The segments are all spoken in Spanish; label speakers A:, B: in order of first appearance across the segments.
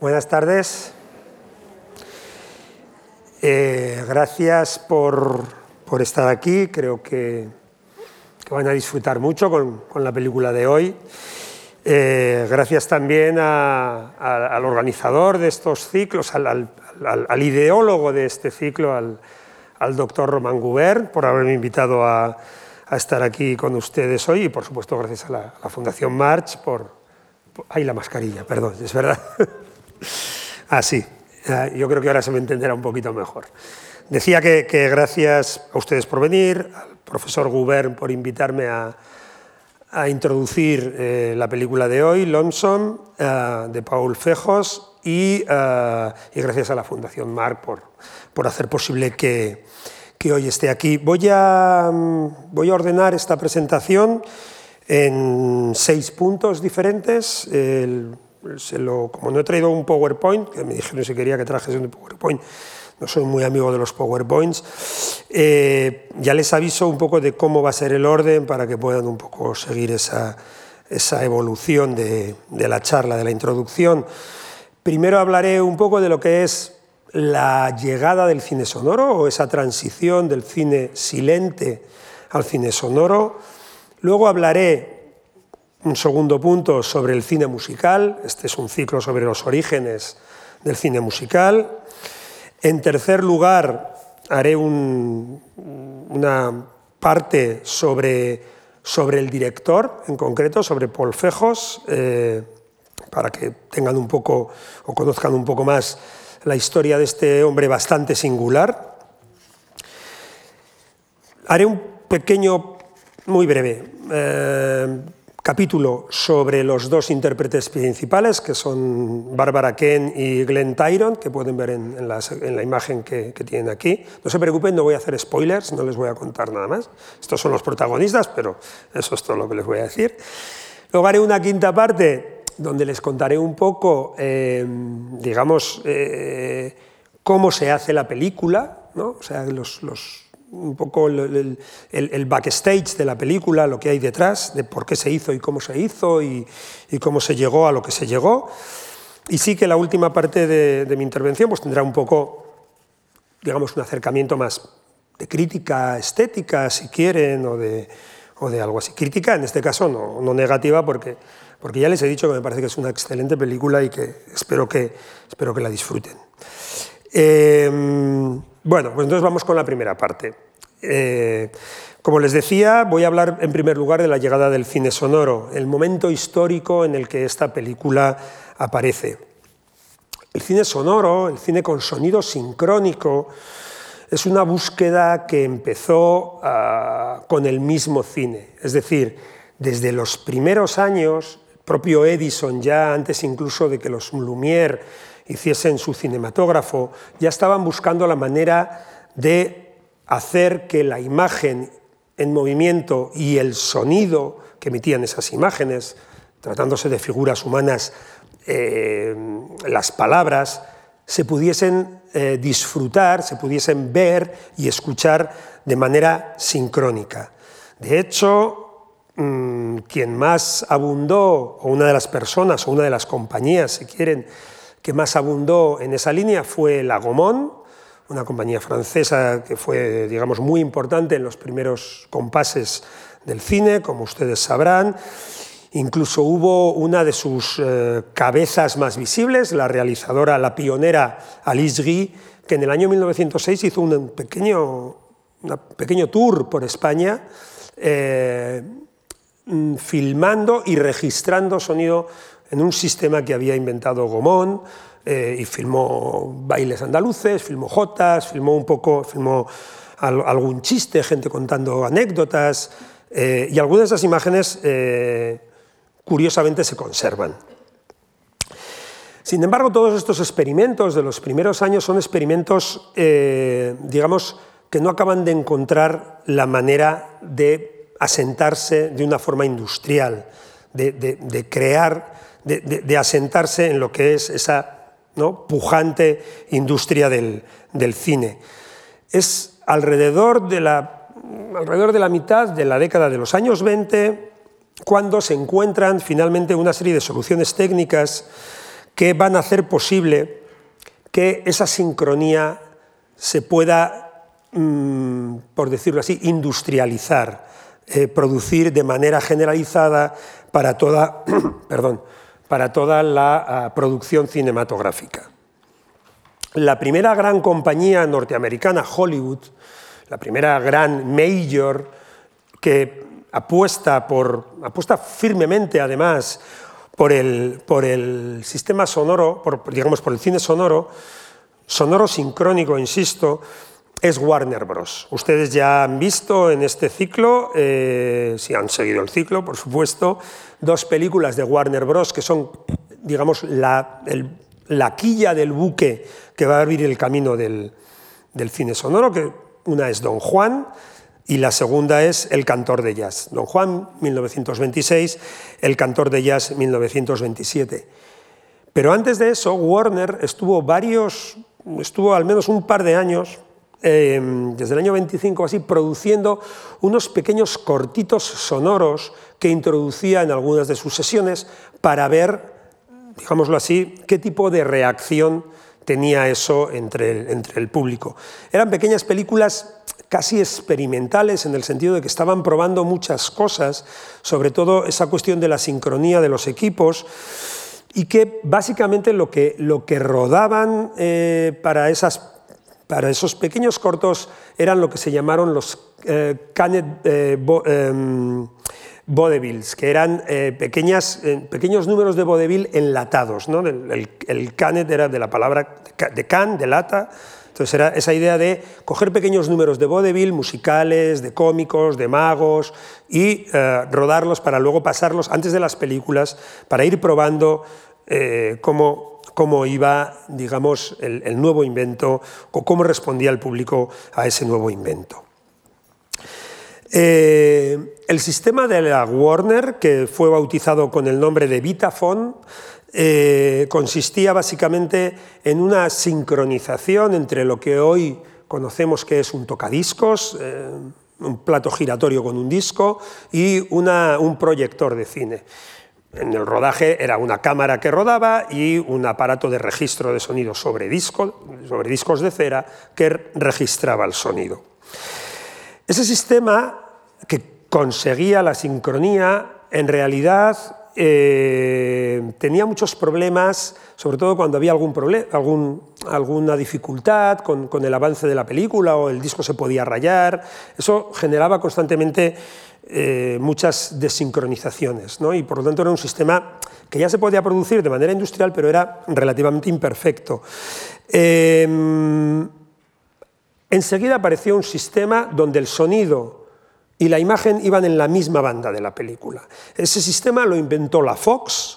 A: Buenas tardes. Gracias por estar aquí. Creo que van a disfrutar mucho con la película de hoy. Gracias también al organizador de estos ciclos, al ideólogo de este ciclo, al doctor Romain Gubern, por haberme invitado a estar aquí con ustedes hoy, y por supuesto gracias a la Fundación March ¡ay, la mascarilla! Perdón, es verdad. Sí, yo creo que ahora se me entenderá un poquito mejor. Decía que gracias a ustedes por venir, al profesor Gubern por invitarme a introducir la película de hoy, Lonesome, de Paul Fejos, y gracias a la Fundación March por hacer posible que hoy esté aquí. Voy a ordenar esta presentación en 6 puntos diferentes. Como no he traído un PowerPoint, que me dijeron si quería que trajese un PowerPoint, no soy muy amigo de los PowerPoints, ya les aviso un poco de cómo va a ser el orden para que puedan un poco seguir esa evolución de la charla, de la introducción. Primero hablaré un poco de lo que es la llegada del cine sonoro, o esa transición del cine silente al cine sonoro. Luego hablaré, un segundo punto, sobre el cine musical. Este es un ciclo sobre los orígenes del cine musical. En tercer lugar, haré una parte sobre el director, en concreto, sobre Paul Fejos, para que tengan un poco, o conozcan un poco más la historia de este hombre bastante singular. Haré un pequeño, muy breve, capítulo sobre los dos intérpretes principales, que son Barbara Ken y Glenn Tyrone, que pueden ver en la imagen que tienen aquí. No se preocupen, no voy a hacer spoilers, no les voy a contar nada más. Estos son los protagonistas, pero eso es todo lo que les voy a decir. Luego haré una quinta parte donde les contaré un poco, digamos, cómo se hace la película, ¿no? O sea, un poco el backstage de la película, lo que hay detrás, de por qué se hizo y cómo se llegó a lo que se llegó. Y sí que la última parte de mi intervención pues tendrá un poco, digamos, un acercamiento más de crítica estética, si quieren, o de algo así. Crítica, en este caso, no negativa, porque ya les he dicho que me parece que es una excelente película y que espero que la disfruten. Bueno, pues entonces vamos con la primera parte. Como les decía, voy a hablar en primer lugar de la llegada del cine sonoro, el momento histórico en el que esta película aparece. El cine sonoro, el cine con sonido sincrónico, es una búsqueda que empezó con el mismo cine. Es decir, desde los primeros años, el propio Edison, ya antes incluso de que los Lumière hiciesen su cinematógrafo, ya estaban buscando la manera de hacer que la imagen en movimiento y el sonido que emitían esas imágenes, tratándose de figuras humanas, las palabras, se pudiesen disfrutar, se pudiesen ver y escuchar de manera sincrónica. De hecho, quien más abundó, o una de las personas, o una de las compañías, si quieren, que más abundó en esa línea fue la Gaumont, una compañía francesa que fue, digamos, muy importante en los primeros compases del cine, como ustedes sabrán. Incluso hubo una de sus cabezas más visibles, la realizadora, la pionera Alice Guy, que en el año 1906 hizo un pequeño tour por España, filmando y registrando sonido en un sistema que había inventado Gaumont, y filmó bailes andaluces, filmó jotas, filmó algún chiste, gente contando anécdotas, y algunas de esas imágenes curiosamente se conservan. Sin embargo, todos estos experimentos de los primeros años son experimentos, digamos, que no acaban de encontrar la manera de asentarse de una forma industrial, de crear, de asentarse en lo que es esa, ¿no?, pujante industria del cine. Es alrededor de la mitad de la década de los años 20 cuando se encuentran finalmente una serie de soluciones técnicas que van a hacer posible que esa sincronía se pueda, por decirlo así, industrializar, producir de manera generalizada para toda, para toda la producción cinematográfica. La primera gran compañía norteamericana, Hollywood, la primera gran major que apuesta firmemente, además, por el sistema sonoro, digamos, por el cine sonoro sincrónico, insisto, es Warner Bros. Ustedes ya han visto en este ciclo, si han seguido el ciclo, por supuesto, dos películas de Warner Bros. Que son, digamos, la quilla del buque que va a abrir el camino del cine sonoro, que una es Don Juan y la segunda es El cantor de jazz. Don Juan, 1926, El cantor de jazz, 1927. Pero antes de eso, Warner estuvo al menos un par de años, desde el año 25 así, produciendo unos pequeños cortitos sonoros que introducía en algunas de sus sesiones para ver, digámoslo así, qué tipo de reacción tenía eso entre el público. Eran pequeñas películas casi experimentales en el sentido de que estaban probando muchas cosas, sobre todo esa cuestión de la sincronía de los equipos, y que básicamente lo que rodaban para esos pequeños cortos eran lo que se llamaron los canned vaudevilles, que eran pequeños números de vaudeville enlatados, ¿no? El canned era de la palabra de can, de lata. Entonces era esa idea de coger pequeños números de vaudeville, musicales, de cómicos, de magos, y rodarlos para luego pasarlos antes de las películas, para ir probando cómo iba, digamos, el nuevo invento, o cómo respondía el público a ese nuevo invento. El sistema de la Warner, que fue bautizado con el nombre de Vitaphone, consistía básicamente en una sincronización entre lo que hoy conocemos que es un tocadiscos, un plato giratorio con un disco, y un proyector de cine. En el rodaje era una cámara que rodaba y un aparato de registro de sonido sobre discos de cera que registraba el sonido. Ese sistema que conseguía la sincronía, en realidad tenía muchos problemas, sobre todo cuando había alguna dificultad con el avance de la película o el disco se podía rayar. Eso generaba constantemente muchas desincronizaciones, ¿no? Y por lo tanto era un sistema que ya se podía producir de manera industrial, pero era relativamente imperfecto. Enseguida apareció un sistema donde el sonido y la imagen iban en la misma banda de la película. Ese sistema lo inventó la Fox,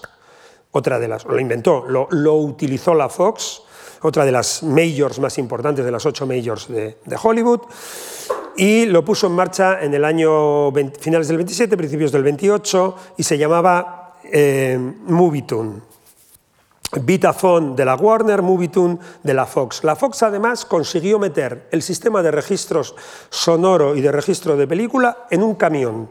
A: lo utilizó la Fox, otra de las majors más importantes, de las 8 majors de Hollywood, y lo puso en marcha en el año finales del 27, principios del 28, y se llamaba Movietune. Vitaphone de la Warner, Movietune de la Fox. La Fox además consiguió meter el sistema de registros sonoro y de registro de película en un camión.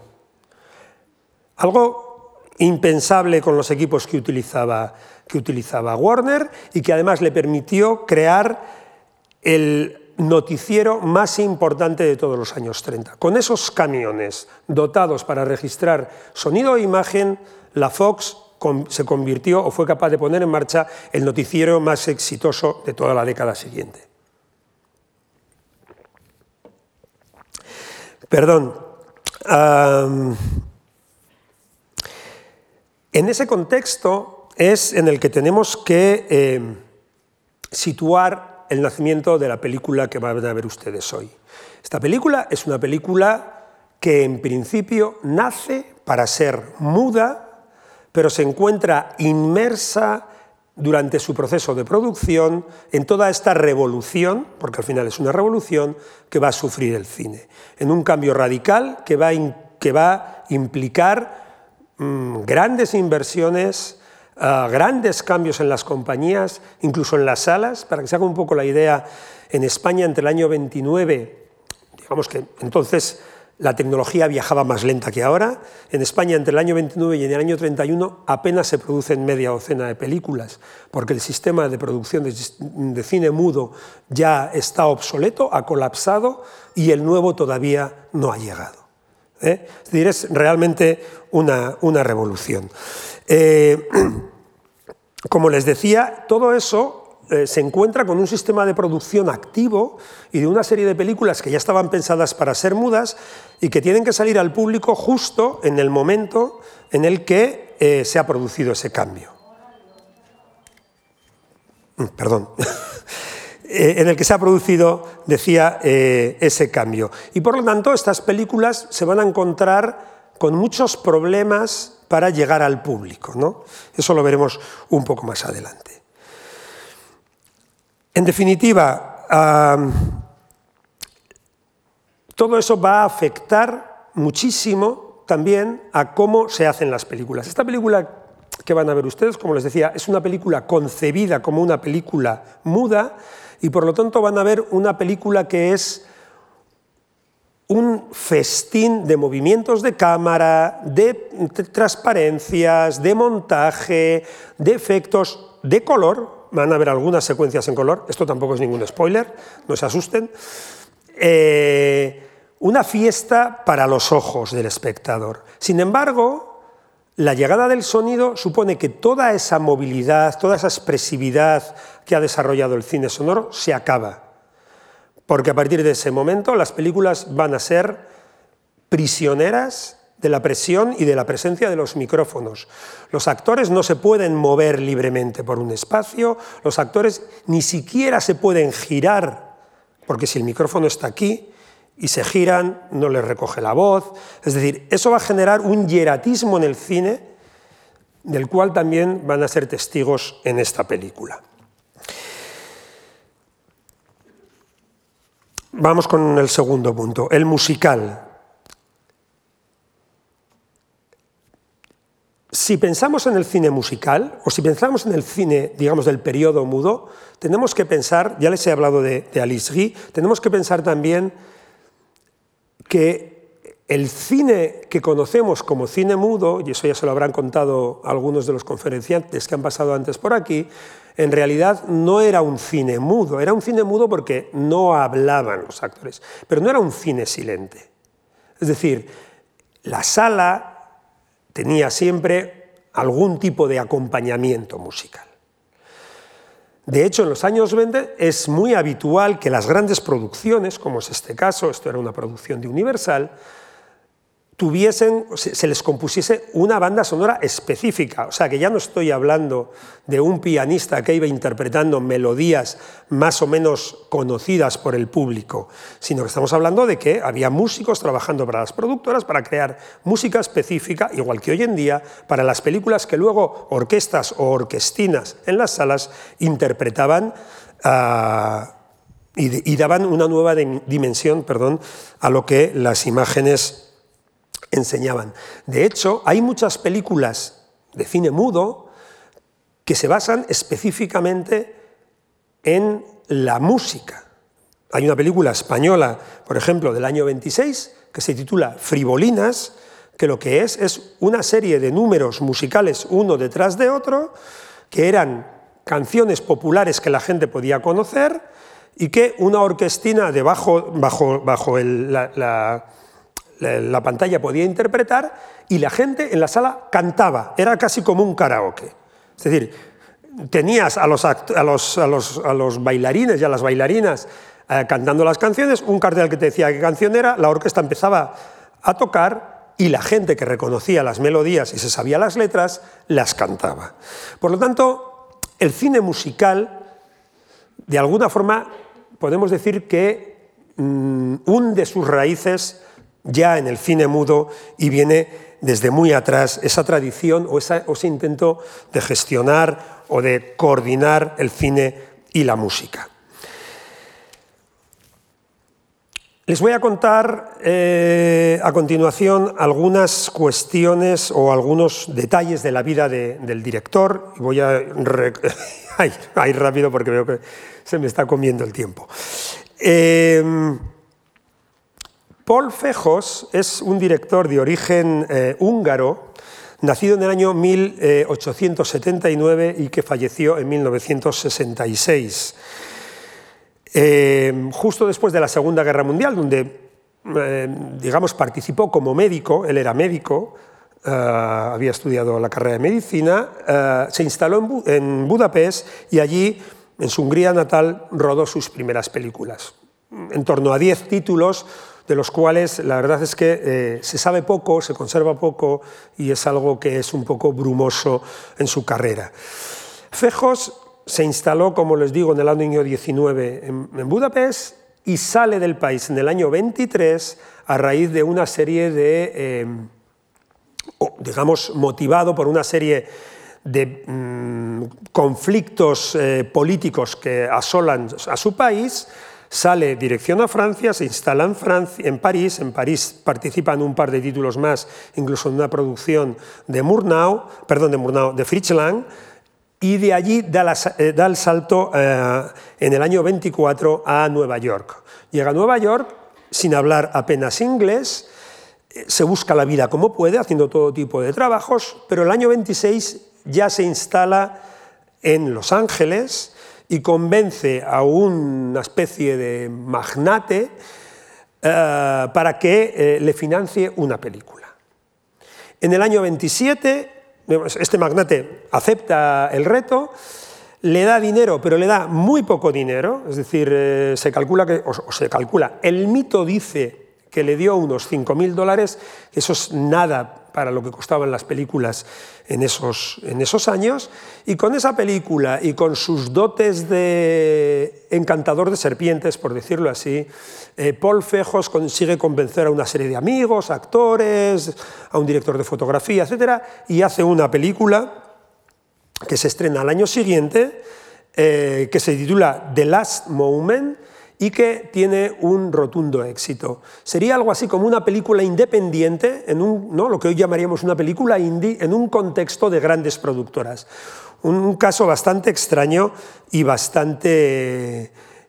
A: Algo impensable con los equipos que utilizaba Warner, y que además le permitió crear el noticiero más importante de todos los años 30. Con esos camiones dotados para registrar sonido e imagen, la Fox se convirtió o fue capaz de poner en marcha el noticiero más exitoso de toda la década siguiente. Perdón. En ese contexto es en el que tenemos que situar el nacimiento de la película que van a ver ustedes hoy. Esta película es una película que en principio nace para ser muda, pero se encuentra inmersa durante su proceso de producción en toda esta revolución, porque al final es una revolución, que va a sufrir el cine, en un cambio radical que va a implicar grandes inversiones, grandes cambios en las compañías, incluso en las salas. Para que se haga un poco la idea, en España entre el año 29, digamos que entonces la tecnología viajaba más lenta que ahora. En España, entre el año 29 y el año 31, apenas se producen media docena de películas, porque el sistema de producción de cine mudo ya está obsoleto, ha colapsado, y el nuevo todavía no ha llegado. Es decir, es realmente una revolución. Como les decía, todo eso se encuentra con un sistema de producción activo y de una serie de películas que ya estaban pensadas para ser mudas y que tienen que salir al público justo en el momento en el que se ha producido ese cambio. Perdón. En el que se ha producido, decía, ese cambio. Y por lo tanto, estas películas se van a encontrar con muchos problemas para llegar al público, ¿no? Eso lo veremos un poco más adelante. En definitiva, todo eso va a afectar muchísimo también a cómo se hacen las películas. Esta película que van a ver ustedes, como les decía, es una película concebida como una película muda y por lo tanto van a ver una película que es un festín de movimientos de cámara, de transparencias, de montaje, de efectos, de color. Van a ver algunas secuencias en color, esto tampoco es ningún spoiler, no se asusten. Una fiesta para los ojos del espectador. Sin embargo, la llegada del sonido supone que toda esa movilidad, toda esa expresividad que ha desarrollado el cine sonoro se acaba. Porque a partir de ese momento las películas van a ser prisioneras de la presión y de la presencia de los micrófonos. Los actores no se pueden mover libremente por un espacio, los actores ni siquiera se pueden girar, porque si el micrófono está aquí y se giran, no les recoge la voz. Es decir, eso va a generar un hieratismo en el cine, del cual también van a ser testigos en esta película. Vamos con el segundo punto, el musical. Si pensamos en el cine musical, o si pensamos en el cine, digamos, del periodo mudo, tenemos que pensar, ya les he hablado de Alice Guy, tenemos que pensar también que el cine que conocemos como cine mudo, y eso ya se lo habrán contado algunos de los conferenciantes que han pasado antes por aquí, en realidad no era un cine mudo, era un cine mudo porque no hablaban los actores, pero no era un cine silente. Es decir, la sala tenía siempre algún tipo de acompañamiento musical. De hecho, en los años 20 es muy habitual que las grandes producciones, como es este caso, esto era una producción de Universal, se les compusiese una banda sonora específica. O sea, que ya no estoy hablando de un pianista que iba interpretando melodías más o menos conocidas por el público, sino que estamos hablando de que había músicos trabajando para las productoras para crear música específica, igual que hoy en día, para las películas que luego orquestas o orquestinas en las salas interpretaban y daban una nueva dimensión, a lo que las imágenes enseñaban. De hecho, hay muchas películas de cine mudo que se basan específicamente en la música. Hay una película española, por ejemplo, del año 26, que se titula Frivolinas, que lo que es una serie de números musicales uno detrás de otro, que eran canciones populares que la gente podía conocer y que una orquestina bajo la pantalla podía interpretar y la gente en la sala cantaba, era casi como un karaoke. Es decir, tenías a los bailarines y a las bailarinas cantando las canciones, un cartel que te decía qué canción era, la orquesta empezaba a tocar y la gente que reconocía las melodías y se sabía las letras, las cantaba. Por lo tanto, el cine musical, de alguna forma, podemos decir que hunde sus raíces ya en el cine mudo y viene desde muy atrás esa tradición o ese intento de gestionar o de coordinar el cine y la música. Les voy a contar a continuación algunas cuestiones o algunos detalles de la vida del director. Voy a ir rápido porque veo que se me está comiendo el tiempo. Paul Fejos es un director de origen húngaro, nacido en el año 1879 y que falleció en 1966. Justo después de la Segunda Guerra Mundial, donde digamos, participó como médico, él era médico, había estudiado la carrera de medicina, se instaló en Budapest y allí, en su Hungría natal, rodó sus primeras películas. En torno a 10 títulos, de los cuales la verdad es que se sabe poco, se conserva poco y es algo que es un poco brumoso en su carrera. Fejos se instaló, como les digo, en el año 19 en Budapest y sale del país en el año 23 a raíz de una serie de, digamos, motivado por una serie de conflictos políticos que asolan a su país. Sale dirección a Francia, se instala en París participa en un par de títulos más, incluso en una producción de de Fritz Lang, y de allí da el salto en el año 24 a Nueva York. Llega a Nueva York sin hablar apenas inglés, se busca la vida como puede, haciendo todo tipo de trabajos, pero el año 26 ya se instala en Los Ángeles y convence a una especie de magnate para que le financie una película. En el año 27, este magnate acepta el reto, le da dinero, pero le da muy poco dinero, es decir, se calcula, el mito dice que le dio unos $5.000, eso es nada para lo que costaban las películas en esos años, y con esa película y con sus dotes de encantador de serpientes, por decirlo así, Paul Fejos consigue convencer a una serie de amigos, actores, a un director de fotografía, etc., y hace una película que se estrena al año siguiente, que se titula The Last Moment, y que tiene un rotundo éxito. Sería algo así como una película independiente, lo que hoy llamaríamos una película indie, en un contexto de grandes productoras. Un caso bastante extraño y bastante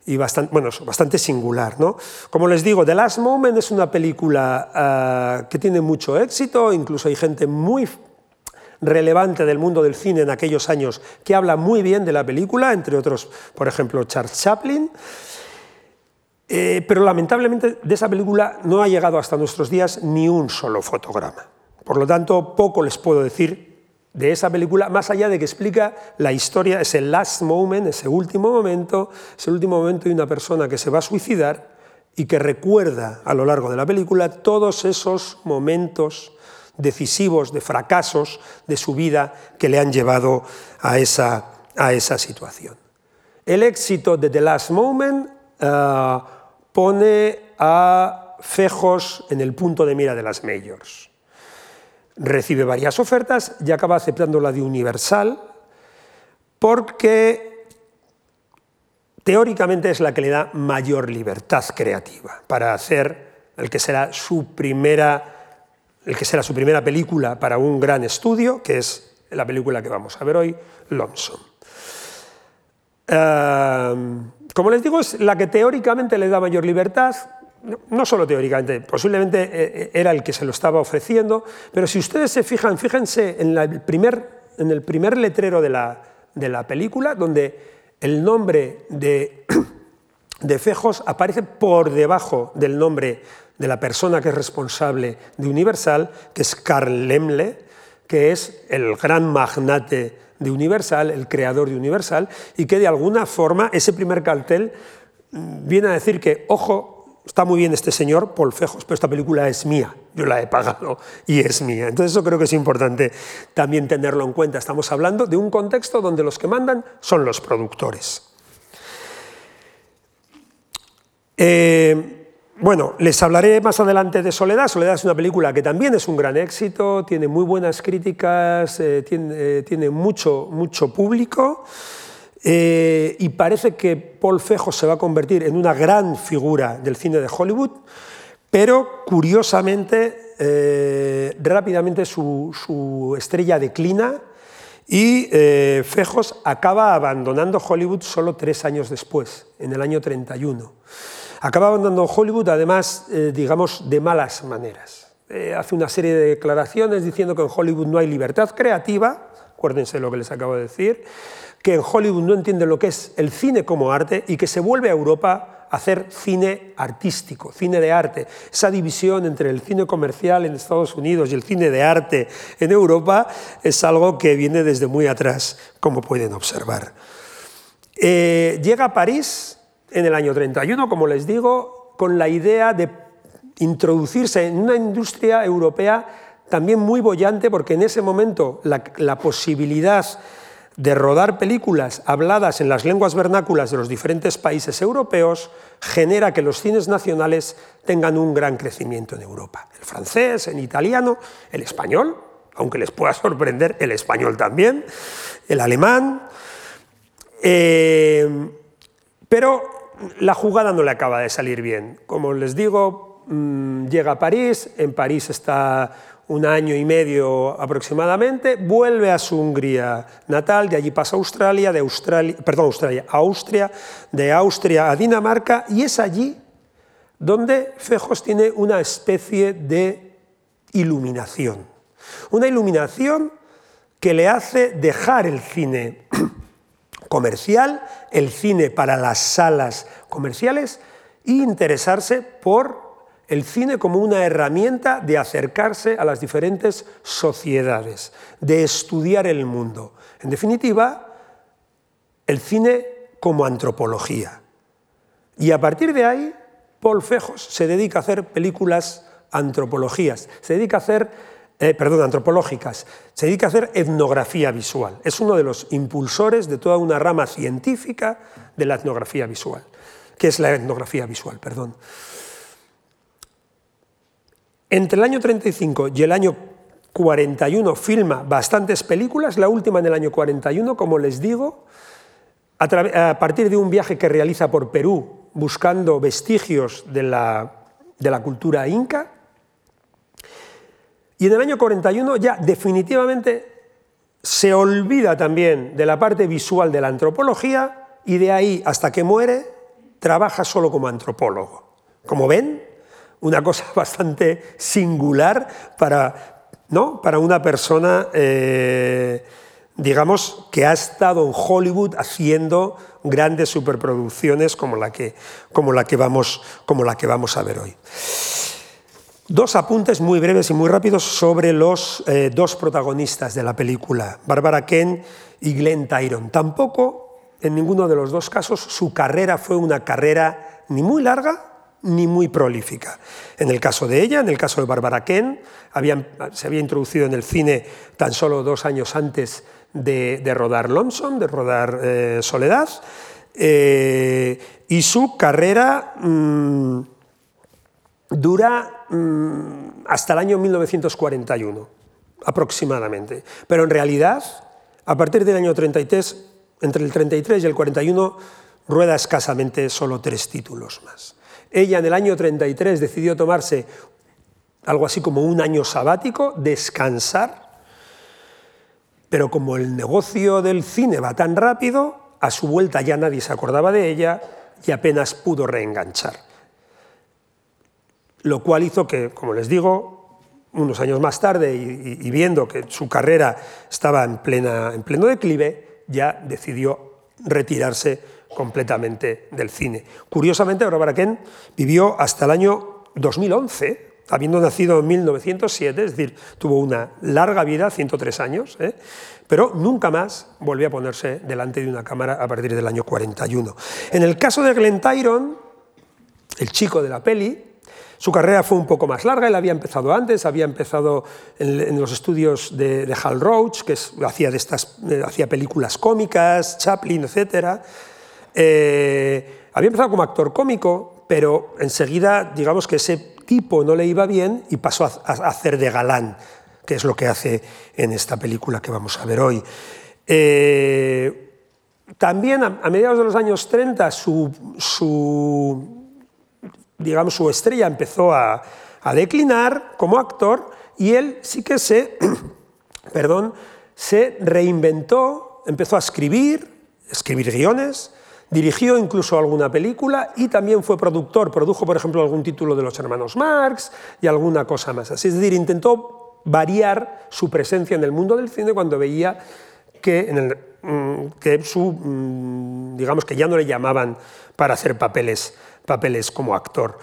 A: singular, ¿no? Como les digo, The Last Moment es una película que tiene mucho éxito, incluso hay gente muy relevante del mundo del cine en aquellos años que habla muy bien de la película, entre otros, por ejemplo, Charles Chaplin. Pero lamentablemente de esa película no ha llegado hasta nuestros días ni un solo fotograma. Por lo tanto, poco les puedo decir de esa película, más allá de que explica la historia, ese last moment, ese último momento de una persona que se va a suicidar y que recuerda a lo largo de la película todos esos momentos decisivos de fracasos de su vida que le han llevado a esa situación. El éxito de The Last Moment pone a Fejos en el punto de mira de las majors. Recibe varias ofertas y acaba aceptando la de Universal porque teóricamente es la que le da mayor libertad creativa para hacer el que será su primera película para un gran estudio, que es la película que vamos a ver hoy, Lonesome. Como les digo, es la que teóricamente le da mayor libertad, no solo teóricamente, posiblemente era el que se lo estaba ofreciendo, pero si ustedes se fijan, fíjense en el primer letrero de la película, donde el nombre de Fejos aparece por debajo del nombre de la persona que es responsable de Universal, que es Carl Laemmle, que es el gran magnate de Universal, el creador de Universal, y que de alguna forma ese primer cartel viene a decir que, ojo, está muy bien este señor, Paul Fejos, pero esta película es mía, yo la he pagado y es mía. Entonces eso creo que es importante también tenerlo en cuenta. Estamos hablando de un contexto donde los que mandan son los productores. Bueno, les hablaré más adelante de Soledad. Soledad es una película que también es un gran éxito, tiene muy buenas críticas, tiene mucho público y parece que Paul Fejos se va a convertir en una gran figura del cine de Hollywood, pero curiosamente rápidamente su estrella declina y Fejos acaba abandonando Hollywood solo 3 años después, en el año 31. Acaba abandonando Hollywood, además, digamos, de malas maneras. Hace una serie de declaraciones diciendo que en Hollywood no hay libertad creativa, acuérdense de lo que les acabo de decir, que en Hollywood no entienden lo que es el cine como arte y que se vuelve a Europa a hacer cine artístico, cine de arte. Esa división entre el cine comercial en Estados Unidos y el cine de arte en Europa es algo que viene desde muy atrás, como pueden observar. Llega a París en el año 31, como les digo, con la idea de introducirse en una industria europea también muy boyante, porque en ese momento la posibilidad de rodar películas habladas en las lenguas vernáculas de los diferentes países europeos genera que los cines nacionales tengan un gran crecimiento en Europa. El francés, el italiano, el español, aunque les pueda sorprender, el español también, el alemán. Pero la jugada no le acaba de salir bien. Como les digo, llega a París, en París está un año y medio aproximadamente, vuelve a su Hungría natal, de allí pasa a Austria, a Austria, de Austria a Dinamarca, y es allí donde Fejos tiene una especie de iluminación. Una iluminación que le hace dejar el cine comercial, el cine para las salas comerciales, e interesarse por el cine como una herramienta de acercarse a las diferentes sociedades, de estudiar el mundo. En definitiva, el cine como antropología. Y a partir de ahí, Paul Fejos se dedica a hacer películas antropológicas, se dedica a hacer etnografía visual. Es uno de los impulsores de toda una rama científica de la etnografía visual, que es la etnografía visual, perdón. Entre el año 35 y el año 41 filma bastantes películas, la última en el año 41, como les digo, a partir de un viaje que realiza por Perú buscando vestigios de la cultura inca. Y en el año 41 ya definitivamente se olvida también de la parte visual de la antropología y de ahí hasta que muere trabaja solo como antropólogo. Como ven, una cosa bastante singular para una persona, digamos, que ha estado en Hollywood haciendo grandes superproducciones como la que vamos a ver hoy. Dos apuntes muy breves y muy rápidos sobre los dos protagonistas de la película, Barbara Kent y Glenn Tyrone. Tampoco, en ninguno de los dos casos, su carrera fue una carrera ni muy larga ni muy prolífica. En el caso de ella, en el caso de Barbara Kent, se había introducido en el cine tan solo 2 años antes de rodar Lonesome, de rodar Soledad, y su carrera dura hasta el año 1941, aproximadamente. Pero en realidad, a partir del año 33, entre el 33 y el 41, rueda escasamente solo 3 títulos más. Ella en el año 33 decidió tomarse algo así como un año sabático, descansar, pero como el negocio del cine va tan rápido, a su vuelta ya nadie se acordaba de ella y apenas pudo reenganchar. Lo cual hizo que, como les digo, unos años más tarde y viendo que su carrera estaba en pleno declive, ya decidió retirarse completamente del cine. Curiosamente, Barbara Kent vivió hasta el año 2011, habiendo nacido en 1907, es decir, tuvo una larga vida, 103 años, pero nunca más volvió a ponerse delante de una cámara a partir del año 41. En el caso de Glenn Tyrone, el chico de la peli, su carrera fue un poco más larga. Él había empezado antes, había empezado en los estudios de Hal Roach, que hacía películas cómicas, Chaplin, etc. Había empezado como actor cómico, pero enseguida, digamos que ese tipo no le iba bien y pasó a hacer de galán, que es lo que hace en esta película que vamos a ver hoy. También a mediados de los años 30 su estrella empezó a declinar como actor y él sí que se reinventó, empezó a escribir guiones, Dirigió incluso alguna película y también fue productor, produjo por ejemplo algún título de los hermanos Marx y alguna cosa más así. Es decir, intentó variar su presencia en el mundo del cine cuando veía que, digamos que ya no le llamaban para hacer papeles como actor.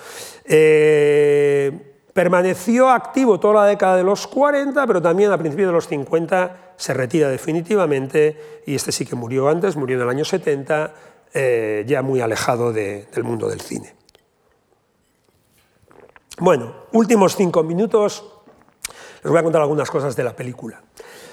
A: Permaneció activo toda la década de los 40, pero también a principios de los 50 se retira definitivamente, y este sí que murió antes, murió en el año 70, ya muy alejado del mundo del cine. Bueno, últimos 5 minutos, les voy a contar algunas cosas de la película.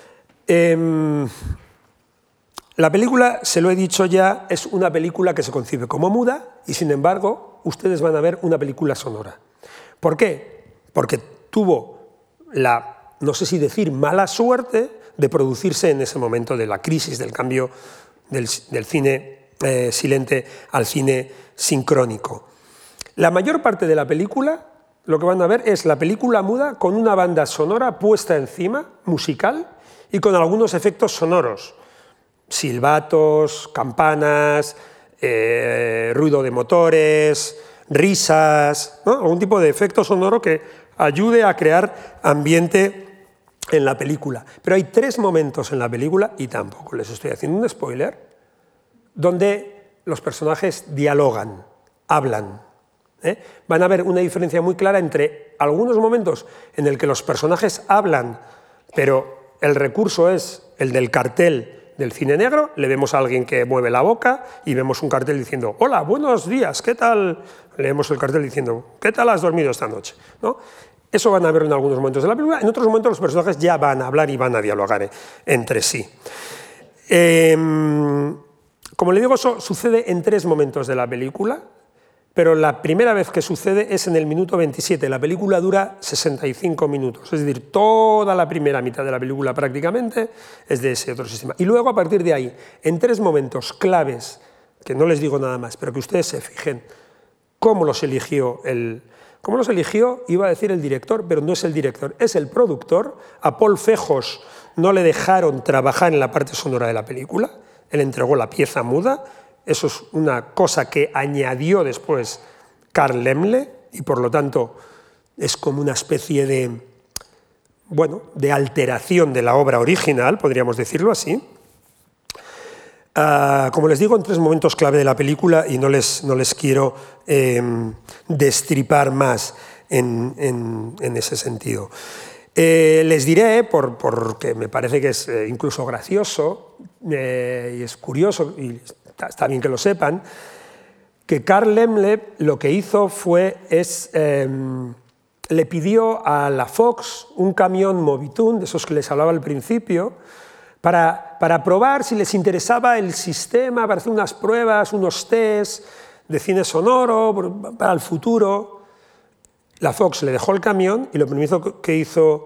A: La película, se lo he dicho ya, es una película que se concibe como muda y, sin embargo, ustedes van a ver una película sonora. ¿Por qué? Porque tuvo la, no sé si decir, mala suerte de producirse en ese momento de la crisis, del cambio del cine silente al cine sincrónico. La mayor parte de la película, lo que van a ver es la película muda con una banda sonora puesta encima, musical, y con algunos efectos sonoros, silbatos, campanas, ruido de motores, risas, ¿no? Algún tipo de efecto sonoro que ayude a crear ambiente en la película. Pero hay 3 momentos en la película, y tampoco les estoy haciendo un spoiler, donde los personajes dialogan, hablan. Van a ver una diferencia muy clara entre algunos momentos en el que los personajes hablan, pero el recurso es el del cartel del cine negro, le vemos a alguien que mueve la boca y vemos un cartel diciendo «Hola, buenos días, ¿qué tal?» Leemos el cartel diciendo «¿Qué tal has dormido esta noche?», ¿no? Eso van a ver en algunos momentos de la película, en otros momentos los personajes ya van a hablar y van a dialogar entre sí. Como le digo, eso sucede en 3 momentos de la película, pero la primera vez que sucede es en el minuto 27. La película dura 65 minutos, es decir, toda la primera mitad de la película prácticamente es de ese otro sistema. Y luego, a partir de ahí, en 3 momentos claves, que no les digo nada más, pero que ustedes se fijen cómo los eligió, iba a decir el director, pero no es el director, es el productor. A Paul Fejos no le dejaron trabajar en la parte sonora de la película, él entregó la pieza muda. Eso es una cosa que añadió después Carl Laemmle y por lo tanto es como una especie de, bueno, de alteración de la obra original, podríamos decirlo así. Como les digo, en 3 momentos clave de la película y no les quiero destripar más en ese sentido. Les diré, porque me parece que es incluso gracioso y es curioso, y está bien que lo sepan, que Carl Laemmle lo que hizo le pidió a la Fox un camión Movitune, de esos que les hablaba al principio, para probar si les interesaba el sistema, para hacer unas pruebas, unos tests de cine sonoro para el futuro. La Fox le dejó el camión y lo primero que hizo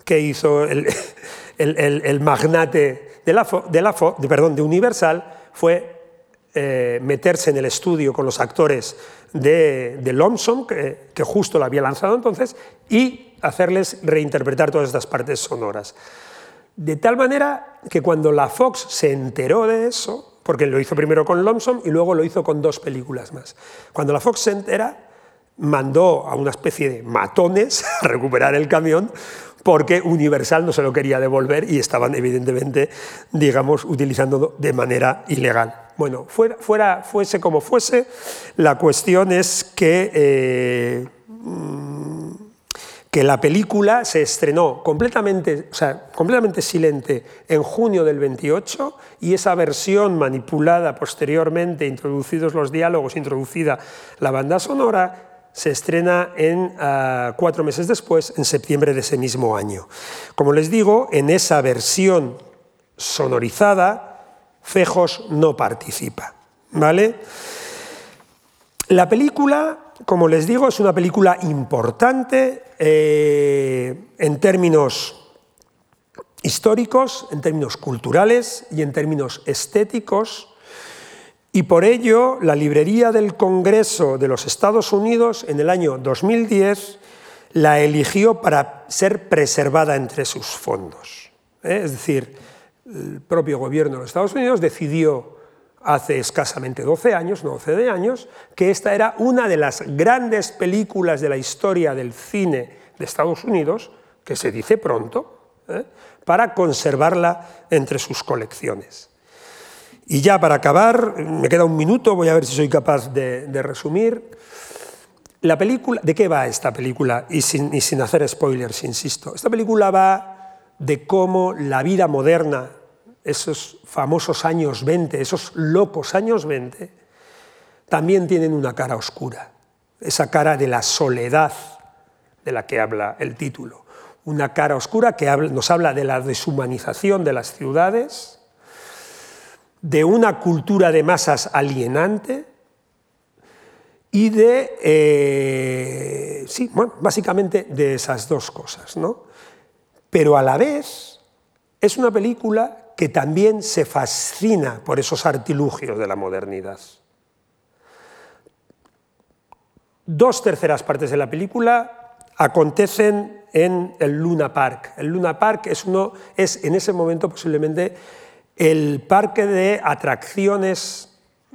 A: el magnate de Universal fue meterse en el estudio con los actores de Lonesome, que justo lo había lanzado entonces, y hacerles reinterpretar todas estas partes sonoras. De tal manera que cuando la Fox se enteró de eso, porque lo hizo primero con Lonesome y luego lo hizo con 2 películas más, cuando la Fox se entera, mandó a una especie de matones a recuperar el camión, porque Universal no se lo quería devolver y estaban evidentemente, digamos, utilizándolo de manera ilegal. Bueno, fuese como fuese, la cuestión es que la película se estrenó completamente silente en junio del 28 y esa versión manipulada posteriormente, introducidos los diálogos, introducida la banda sonora, se estrena 4 meses después, en septiembre de ese mismo año. Como les digo, en esa versión sonorizada, Fejos no participa, ¿vale? La película, como les digo, es una película importante en términos históricos, en términos culturales y en términos estéticos, y por ello la Librería del Congreso de los Estados Unidos en el año 2010 la eligió para ser preservada entre sus fondos. Es decir, el propio gobierno de los Estados Unidos decidió hace escasamente 12 años, 12 años, que esta era una de las grandes películas de la historia del cine de Estados Unidos, que se dice pronto, para conservarla entre sus colecciones. Y ya para acabar, me queda un minuto, voy a ver si soy capaz de resumir. La película, ¿de qué va esta película? Y sin hacer spoilers, insisto. Esta película va de cómo la vida moderna, esos famosos años 20, esos locos años 20, también tienen una cara oscura, esa cara de la soledad de la que habla el título. Una cara oscura que nos habla de la deshumanización de las ciudades, de una cultura de masas alienante y de, sí, bueno, básicamente de esas dos cosas, ¿no? Pero a la vez es una película que también se fascina por esos artilugios de la modernidad. 2/3 partes de la película acontecen en el Luna Park. El Luna Park es en ese momento posiblemente el parque de atracciones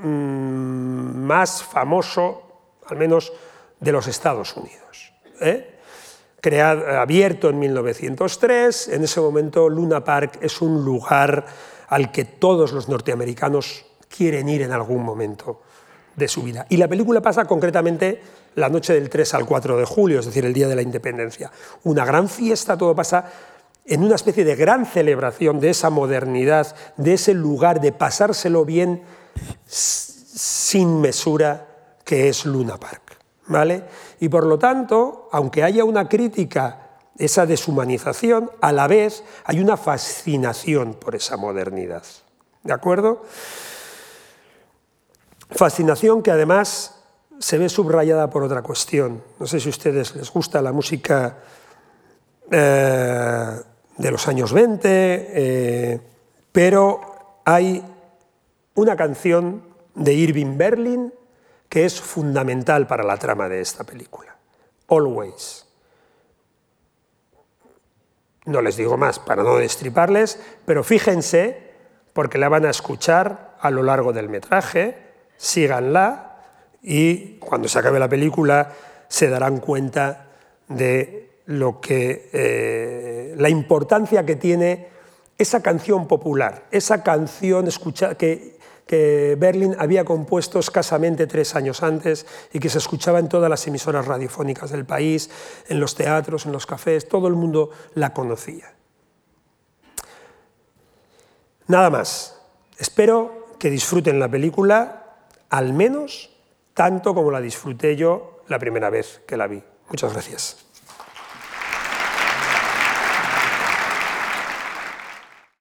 A: más famoso, al menos de los Estados Unidos. Abierto en 1903, en ese momento Luna Park es un lugar al que todos los norteamericanos quieren ir en algún momento de su vida. Y la película pasa concretamente la noche del 3 al 4 de julio, es decir, el día de la independencia. Una gran fiesta, todo pasa en una especie de gran celebración de esa modernidad, de ese lugar de pasárselo bien sin mesura que es Luna Park, ¿vale? Y por lo tanto, aunque haya una crítica, esa deshumanización, a la vez hay una fascinación por esa modernidad, ¿de acuerdo? Fascinación que además se ve subrayada por otra cuestión. No sé si a ustedes les gusta la música de los años 20, pero hay una canción de Irving Berlin que es fundamental para la trama de esta película, Always. No les digo más para no destriparles, pero fíjense, porque la van a escuchar a lo largo del metraje, síganla y cuando se acabe la película se darán cuenta de lo que, la importancia que tiene esa canción popular, esa canción que Berlin había compuesto escasamente 3 años antes y que se escuchaba en todas las emisoras radiofónicas del país, en los teatros, en los cafés, todo el mundo la conocía. Nada más. Espero que disfruten la película, al menos tanto como la disfruté yo la primera vez que la vi. Muchas gracias.